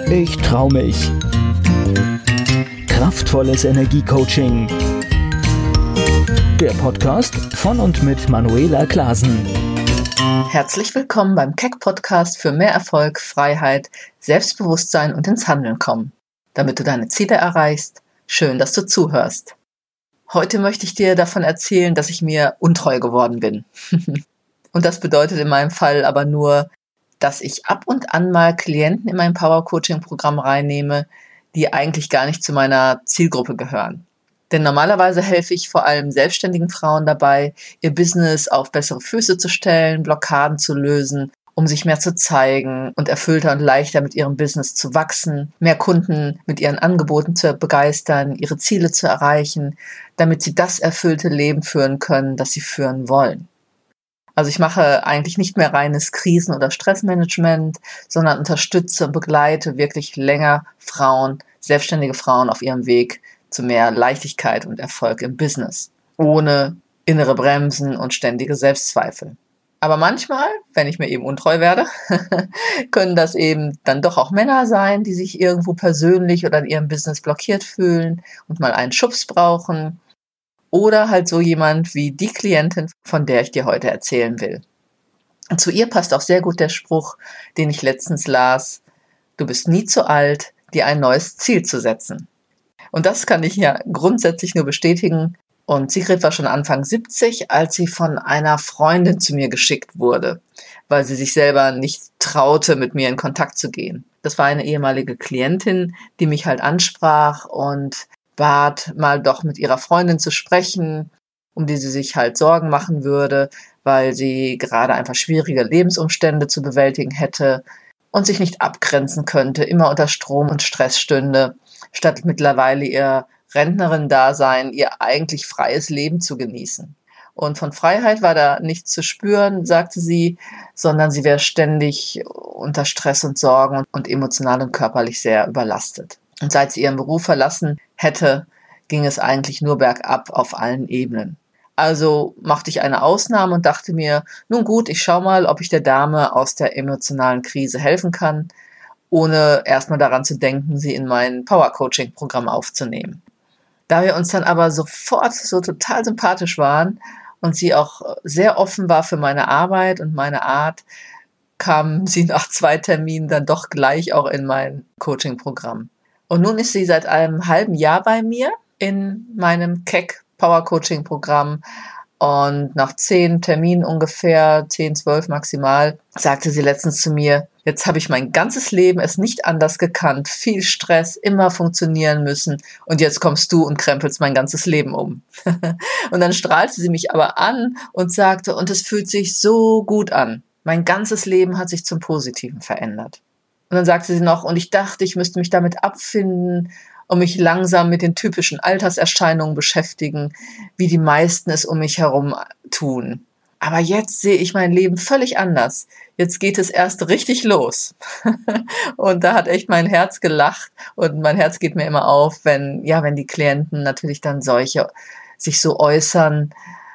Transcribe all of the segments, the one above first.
Ich trau mich. Kraftvolles Energiecoaching. Der Podcast von und mit Manuela Klasen. Herzlich willkommen beim Keck-Podcast für mehr Erfolg, Freiheit, Selbstbewusstsein und ins Handeln kommen. Damit du deine Ziele erreichst, schön, dass du zuhörst. Heute möchte ich dir davon erzählen, dass ich mir untreu geworden bin. Und das bedeutet in meinem Fall aber nur, dass ich ab und an mal Klienten in mein Power-Coaching-Programm reinnehme, die eigentlich gar nicht zu meiner Zielgruppe gehören. Denn normalerweise helfe ich vor allem selbstständigen Frauen dabei, ihr Business auf bessere Füße zu stellen, Blockaden zu lösen, um sich mehr zu zeigen und erfüllter und leichter mit ihrem Business zu wachsen, mehr Kunden mit ihren Angeboten zu begeistern, ihre Ziele zu erreichen, damit sie das erfüllte Leben führen können, das sie führen wollen. Also ich mache eigentlich nicht mehr reines Krisen- oder Stressmanagement, sondern unterstütze und begleite wirklich länger Frauen, selbstständige Frauen auf ihrem Weg zu mehr Leichtigkeit und Erfolg im Business, ohne innere Bremsen und ständige Selbstzweifel. Aber manchmal, wenn ich mir eben untreu werde, können das eben dann doch auch Männer sein, die sich irgendwo persönlich oder in ihrem Business blockiert fühlen und mal einen Schubs brauchen. Oder halt so jemand wie die Klientin, von der ich dir heute erzählen will. Und zu ihr passt auch sehr gut der Spruch, den ich letztens las: Du bist nie zu alt, dir ein neues Ziel zu setzen. Und das kann ich ja grundsätzlich nur bestätigen. Und Sigrid war schon Anfang 70, als sie von einer Freundin zu mir geschickt wurde, weil sie sich selber nicht traute, mit mir in Kontakt zu gehen. Das war eine ehemalige Klientin, die mich halt ansprach und bat, mal doch mit ihrer Freundin zu sprechen, um die sie sich halt Sorgen machen würde, weil sie gerade einfach schwierige Lebensumstände zu bewältigen hätte und sich nicht abgrenzen könnte, immer unter Strom und Stress stünde, statt mittlerweile ihr Rentnerin-Dasein, ihr eigentlich freies Leben zu genießen. Und von Freiheit war da nichts zu spüren, sagte sie, sondern sie wäre ständig unter Stress und Sorgen und emotional und körperlich sehr überlastet. Und seit sie ihren Beruf verlassen hätte, ging es eigentlich nur bergab auf allen Ebenen. Also machte ich eine Ausnahme und dachte mir, nun gut, ich schau mal, ob ich der Dame aus der emotionalen Krise helfen kann, ohne erstmal daran zu denken, sie in mein Power-Coaching-Programm aufzunehmen. Da wir uns dann aber sofort so total sympathisch waren und sie auch sehr offen war für meine Arbeit und meine Art, kam sie nach 2 Terminen dann doch gleich auch in mein Coaching-Programm. Und nun ist sie seit einem halben Jahr bei mir in meinem Keck Power Coaching Programm. Und nach 10 Terminen ungefähr, 10, 12 maximal, sagte sie letztens zu mir: Jetzt habe ich mein ganzes Leben es nicht anders gekannt. Viel Stress, immer funktionieren müssen. Und jetzt kommst du und krempelst mein ganzes Leben um. Und dann strahlte sie mich aber an und sagte, und es fühlt sich so gut an. Mein ganzes Leben hat sich zum Positiven verändert. Und dann sagte sie noch, und ich dachte, ich müsste mich damit abfinden und mich langsam mit den typischen Alterserscheinungen beschäftigen, wie die meisten es um mich herum tun. Aber jetzt sehe ich mein Leben völlig anders. Jetzt geht es erst richtig los. Und da hat echt mein Herz gelacht und mein Herz geht mir immer auf, wenn die Klienten natürlich dann solche sich so äußern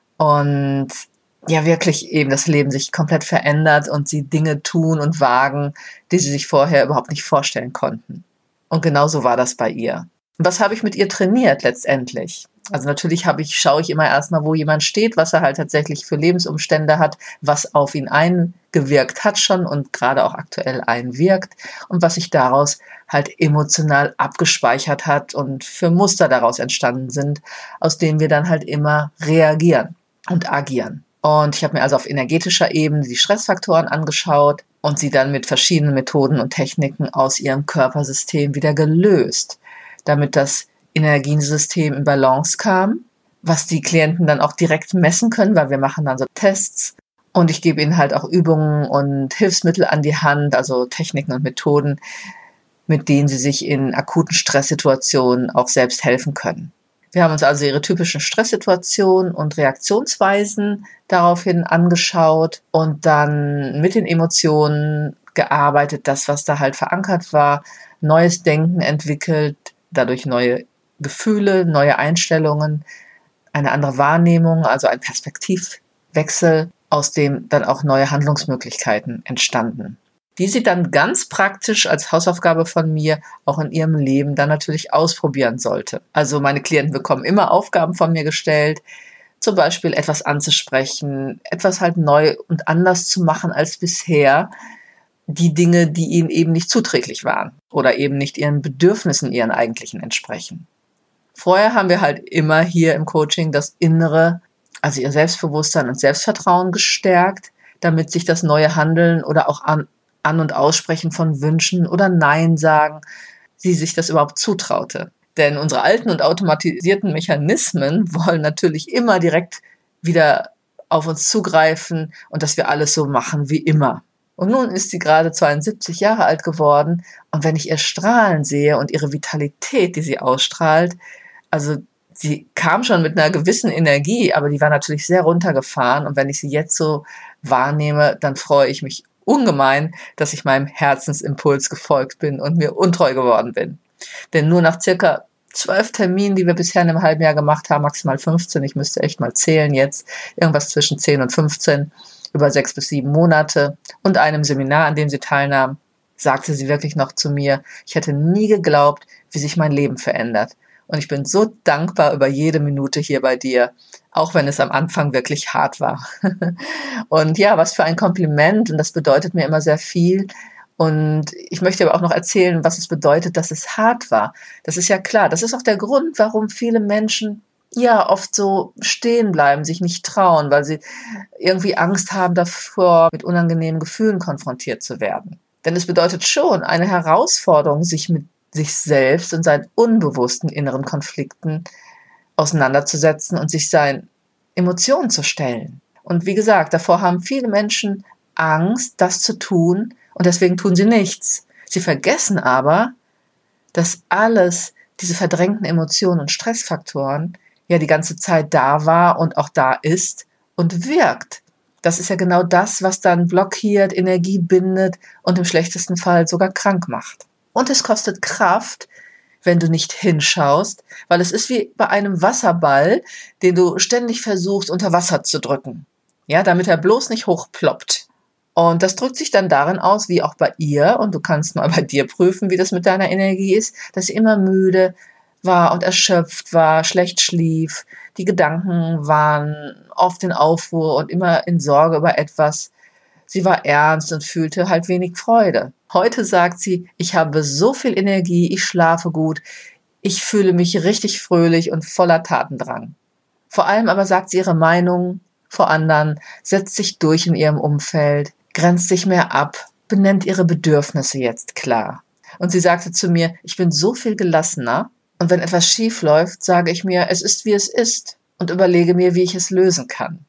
und wirklich eben das Leben sich komplett verändert und sie Dinge tun und wagen, die sie sich vorher überhaupt nicht vorstellen konnten. Und genauso war das bei ihr. Und was habe ich mit ihr trainiert letztendlich? Also natürlich schaue ich immer erstmal, wo jemand steht, was er halt tatsächlich für Lebensumstände hat, was auf ihn eingewirkt hat schon und gerade auch aktuell einwirkt und was sich daraus halt emotional abgespeichert hat und für Muster daraus entstanden sind, aus denen wir dann halt immer reagieren und agieren. Und ich habe mir also auf energetischer Ebene die Stressfaktoren angeschaut und sie dann mit verschiedenen Methoden und Techniken aus ihrem Körpersystem wieder gelöst, damit das Energiesystem in Balance kam, was die Klienten dann auch direkt messen können, weil wir machen dann so Tests und ich gebe ihnen halt auch Übungen und Hilfsmittel an die Hand, also Techniken und Methoden, mit denen sie sich in akuten Stresssituationen auch selbst helfen können. Wir haben uns also ihre typischen Stresssituationen und Reaktionsweisen daraufhin angeschaut und dann mit den Emotionen gearbeitet, das, was da halt verankert war, neues Denken entwickelt, dadurch neue Gefühle, neue Einstellungen, eine andere Wahrnehmung, also ein Perspektivwechsel, aus dem dann auch neue Handlungsmöglichkeiten entstanden. die sie dann ganz praktisch als Hausaufgabe von mir auch in ihrem Leben dann natürlich ausprobieren sollte. Also meine Klienten bekommen immer Aufgaben von mir gestellt, zum Beispiel etwas anzusprechen, etwas halt neu und anders zu machen als bisher, die Dinge, die ihnen eben nicht zuträglich waren oder eben nicht ihren Bedürfnissen, ihren eigentlichen entsprechen. Vorher haben wir halt immer hier im Coaching das Innere, also ihr Selbstbewusstsein und Selbstvertrauen gestärkt, damit sich das neue Handeln oder auch An- und Aussprechen von Wünschen oder Nein sagen, sie sich das überhaupt zutraute. Denn unsere alten und automatisierten Mechanismen wollen natürlich immer direkt wieder auf uns zugreifen und dass wir alles so machen wie immer. Und nun ist sie gerade 72 Jahre alt geworden und wenn ich ihr Strahlen sehe und ihre Vitalität, die sie ausstrahlt, also sie kam schon mit einer gewissen Energie, aber die war natürlich sehr runtergefahren und wenn ich sie jetzt so wahrnehme, dann freue ich mich ungemein, dass ich meinem Herzensimpuls gefolgt bin und mir untreu geworden bin. Denn nur nach circa 12 Terminen, die wir bisher in einem halben Jahr gemacht haben, maximal 15, ich müsste echt mal zählen jetzt, irgendwas zwischen 10 und 15, über 6 bis 7 Monate und einem Seminar, an dem sie teilnahm, sagte sie wirklich noch zu mir, ich hätte nie geglaubt, wie sich mein Leben verändert. Und ich bin so dankbar über jede Minute hier bei dir, auch wenn es am Anfang wirklich hart war. Und ja, was für ein Kompliment und das bedeutet mir immer sehr viel. Und ich möchte aber auch noch erzählen, was es bedeutet, dass es hart war. Das ist ja klar, das ist auch der Grund, warum viele Menschen ja oft so stehen bleiben, sich nicht trauen, weil sie irgendwie Angst haben davor, mit unangenehmen Gefühlen konfrontiert zu werden. Denn es bedeutet schon eine Herausforderung, sich mit sich selbst und seinen unbewussten inneren Konflikten auseinanderzusetzen und sich seinen Emotionen zu stellen. Und wie gesagt, davor haben viele Menschen Angst, das zu tun und deswegen tun sie nichts. Sie vergessen aber, dass alles, diese verdrängten Emotionen und Stressfaktoren, ja die ganze Zeit da war und auch da ist und wirkt. Das ist ja genau das, was dann blockiert, Energie bindet und im schlechtesten Fall sogar krank macht. Und es kostet Kraft, wenn du nicht hinschaust, weil es ist wie bei einem Wasserball, den du ständig versuchst, unter Wasser zu drücken. Ja, damit er bloß nicht hochploppt. Und das drückt sich dann darin aus, wie auch bei ihr, und du kannst mal bei dir prüfen, wie das mit deiner Energie ist, dass sie immer müde war und erschöpft war, schlecht schlief, die Gedanken waren oft in Aufruhr und immer in Sorge über etwas. Sie war ernst und fühlte halt wenig Freude. Heute sagt sie, ich habe so viel Energie, ich schlafe gut, ich fühle mich richtig fröhlich und voller Tatendrang. Vor allem aber sagt sie ihre Meinung vor anderen, setzt sich durch in ihrem Umfeld, grenzt sich mehr ab, benennt ihre Bedürfnisse jetzt klar. Und sie sagte zu mir, ich bin so viel gelassener und wenn etwas schief läuft, sage ich mir, es ist wie es ist und überlege mir, wie ich es lösen kann.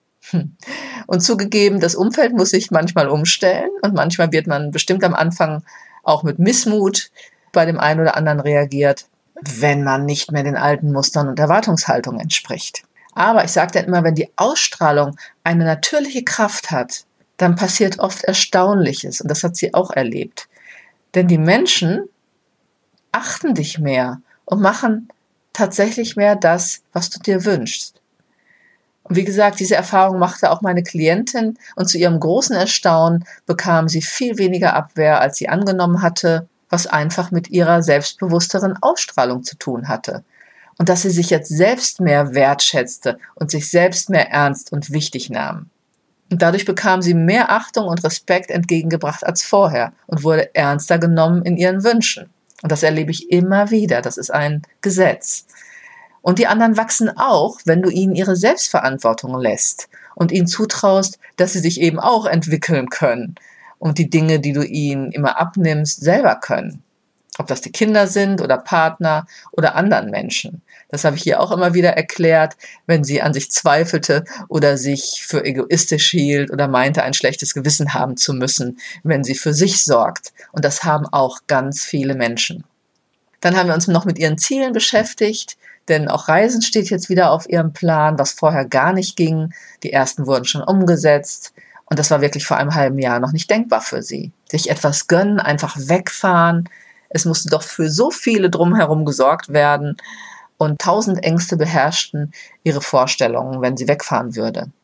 Und zugegeben, das Umfeld muss sich manchmal umstellen und manchmal wird man bestimmt am Anfang auch mit Missmut bei dem einen oder anderen reagiert, wenn man nicht mehr den alten Mustern und Erwartungshaltungen entspricht. Aber ich sage dann immer, wenn die Ausstrahlung eine natürliche Kraft hat, dann passiert oft Erstaunliches und das hat sie auch erlebt. Denn die Menschen achten dich mehr und machen tatsächlich mehr das, was du dir wünschst. Und wie gesagt, diese Erfahrung machte auch meine Klientin und zu ihrem großen Erstaunen bekam sie viel weniger Abwehr, als sie angenommen hatte, was einfach mit ihrer selbstbewussteren Ausstrahlung zu tun hatte. Und dass sie sich jetzt selbst mehr wertschätzte und sich selbst mehr ernst und wichtig nahm. Und dadurch bekam sie mehr Achtung und Respekt entgegengebracht als vorher und wurde ernster genommen in ihren Wünschen. Und das erlebe ich immer wieder, das ist ein Gesetz. Und die anderen wachsen auch, wenn du ihnen ihre Selbstverantwortung lässt und ihnen zutraust, dass sie sich eben auch entwickeln können und die Dinge, die du ihnen immer abnimmst, selber können. Ob das die Kinder sind oder Partner oder anderen Menschen. Das habe ich hier auch immer wieder erklärt, wenn sie an sich zweifelte oder sich für egoistisch hielt oder meinte, ein schlechtes Gewissen haben zu müssen, wenn sie für sich sorgt. Und das haben auch ganz viele Menschen. Dann haben wir uns noch mit ihren Zielen beschäftigt, denn auch Reisen steht jetzt wieder auf ihrem Plan, was vorher gar nicht ging. Die ersten wurden schon umgesetzt und das war wirklich vor einem halben Jahr noch nicht denkbar für sie. Sich etwas gönnen, einfach wegfahren. Es musste doch für so viele drumherum gesorgt werden und 1000 Ängste beherrschten ihre Vorstellungen, wenn sie wegfahren würde.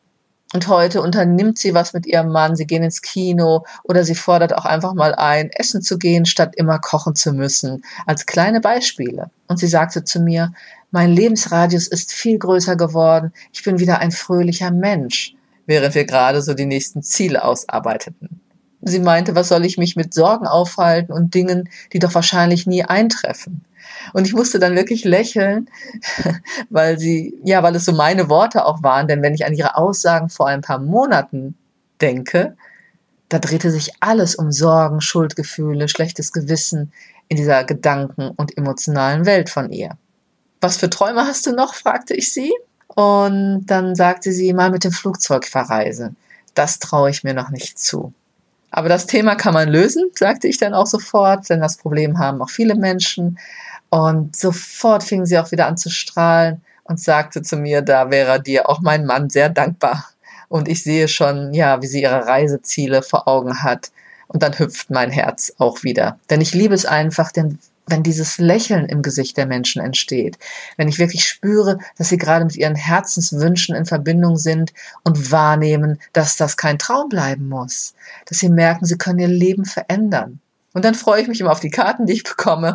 Und heute unternimmt sie was mit ihrem Mann, sie gehen ins Kino oder sie fordert auch einfach mal ein, essen zu gehen, statt immer kochen zu müssen, als kleine Beispiele. Und sie sagte zu mir, mein Lebensradius ist viel größer geworden, ich bin wieder ein fröhlicher Mensch, während wir gerade so die nächsten Ziele ausarbeiteten. Sie meinte, was soll ich mich mit Sorgen aufhalten und Dingen, die doch wahrscheinlich nie eintreffen. Und ich musste dann wirklich lächeln, weil es so meine Worte auch waren, denn wenn ich an ihre Aussagen vor ein paar Monaten denke, da drehte sich alles um Sorgen, Schuldgefühle, schlechtes Gewissen in dieser Gedanken- und emotionalen Welt von ihr. Was für Träume hast du noch, fragte ich sie. Und dann sagte sie, mal mit dem Flugzeug verreisen. Das traue ich mir noch nicht zu. Aber das Thema kann man lösen, sagte ich dann auch sofort, denn das Problem haben auch viele Menschen. Und sofort fing sie auch wieder an zu strahlen und sagte zu mir, da wäre dir auch mein Mann sehr dankbar. Und ich sehe schon, wie sie ihre Reiseziele vor Augen hat. Und dann hüpft mein Herz auch wieder. Denn ich liebe es einfach, denn wenn dieses Lächeln im Gesicht der Menschen entsteht, wenn ich wirklich spüre, dass sie gerade mit ihren Herzenswünschen in Verbindung sind und wahrnehmen, dass das kein Traum bleiben muss, dass sie merken, sie können ihr Leben verändern. Und dann freue ich mich immer auf die Karten, die ich bekomme.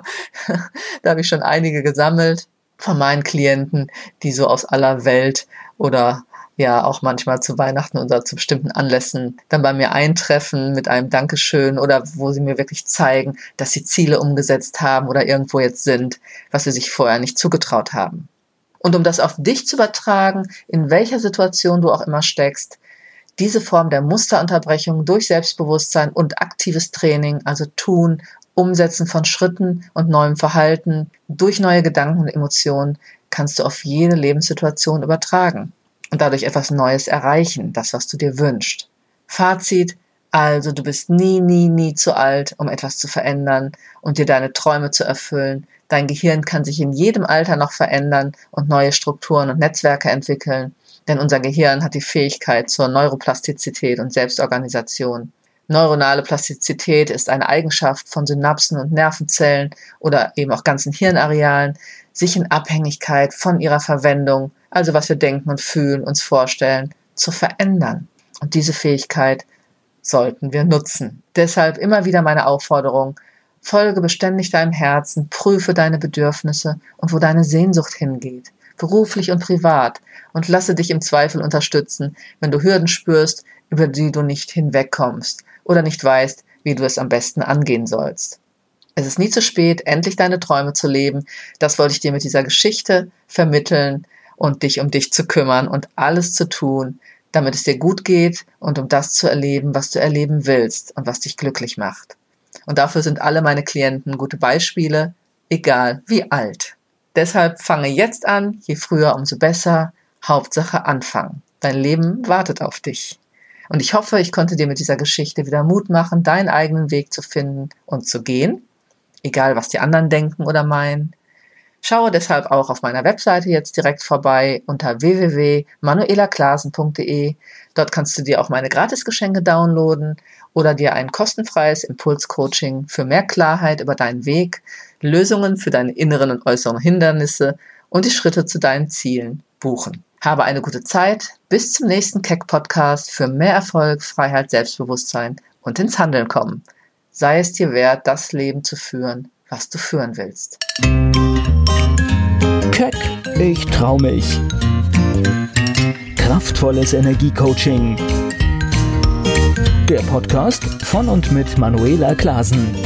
Da habe ich schon einige gesammelt von meinen Klienten, die so aus aller Welt oder auch manchmal zu Weihnachten oder zu bestimmten Anlässen dann bei mir eintreffen mit einem Dankeschön oder wo sie mir wirklich zeigen, dass sie Ziele umgesetzt haben oder irgendwo jetzt sind, was sie sich vorher nicht zugetraut haben. Und um das auf dich zu übertragen, in welcher Situation du auch immer steckst, diese Form der Musterunterbrechung durch Selbstbewusstsein und aktives Training, also Tun, Umsetzen von Schritten und neuem Verhalten, durch neue Gedanken und Emotionen, kannst du auf jede Lebenssituation übertragen und dadurch etwas Neues erreichen, das, was du dir wünschst. Fazit, also du bist nie zu alt, um etwas zu verändern und dir deine Träume zu erfüllen. Dein Gehirn kann sich in jedem Alter noch verändern und neue Strukturen und Netzwerke entwickeln. Denn unser Gehirn hat die Fähigkeit zur Neuroplastizität und Selbstorganisation. Neuronale Plastizität ist eine Eigenschaft von Synapsen und Nervenzellen oder eben auch ganzen Hirnarealen, sich in Abhängigkeit von ihrer Verwendung, also was wir denken und fühlen, uns vorstellen, zu verändern. Und diese Fähigkeit sollten wir nutzen. Deshalb immer wieder meine Aufforderung, folge beständig deinem Herzen, prüfe deine Bedürfnisse und wo deine Sehnsucht hingeht, beruflich und privat, und lasse dich im Zweifel unterstützen, wenn du Hürden spürst, über die du nicht hinwegkommst oder nicht weißt, wie du es am besten angehen sollst. Es ist nie zu spät, endlich deine Träume zu leben. Das wollte ich dir mit dieser Geschichte vermitteln und dich um dich zu kümmern und alles zu tun, damit es dir gut geht und um das zu erleben, was du erleben willst und was dich glücklich macht. Und dafür sind alle meine Klienten gute Beispiele, egal wie alt. Deshalb fange jetzt an, je früher, umso besser. Hauptsache anfangen. Dein Leben wartet auf dich. Und ich hoffe, ich konnte dir mit dieser Geschichte wieder Mut machen, deinen eigenen Weg zu finden und zu gehen, egal was die anderen denken oder meinen. Schaue deshalb auch auf meiner Webseite jetzt direkt vorbei unter www.manuelaklasen.de. Dort kannst du dir auch meine Gratisgeschenke downloaden oder dir ein kostenfreies Impulscoaching für mehr Klarheit über deinen Weg, Lösungen für deine inneren und äußeren Hindernisse und die Schritte zu deinen Zielen buchen. Habe eine gute Zeit. Bis zum nächsten Keck-Podcast für mehr Erfolg, Freiheit, Selbstbewusstsein und ins Handeln kommen. Sei es dir wert, das Leben zu führen, was du führen willst. Keck, ich trau mich. Kraftvolles Energiecoaching. Der Podcast von und mit Manuela Klasen.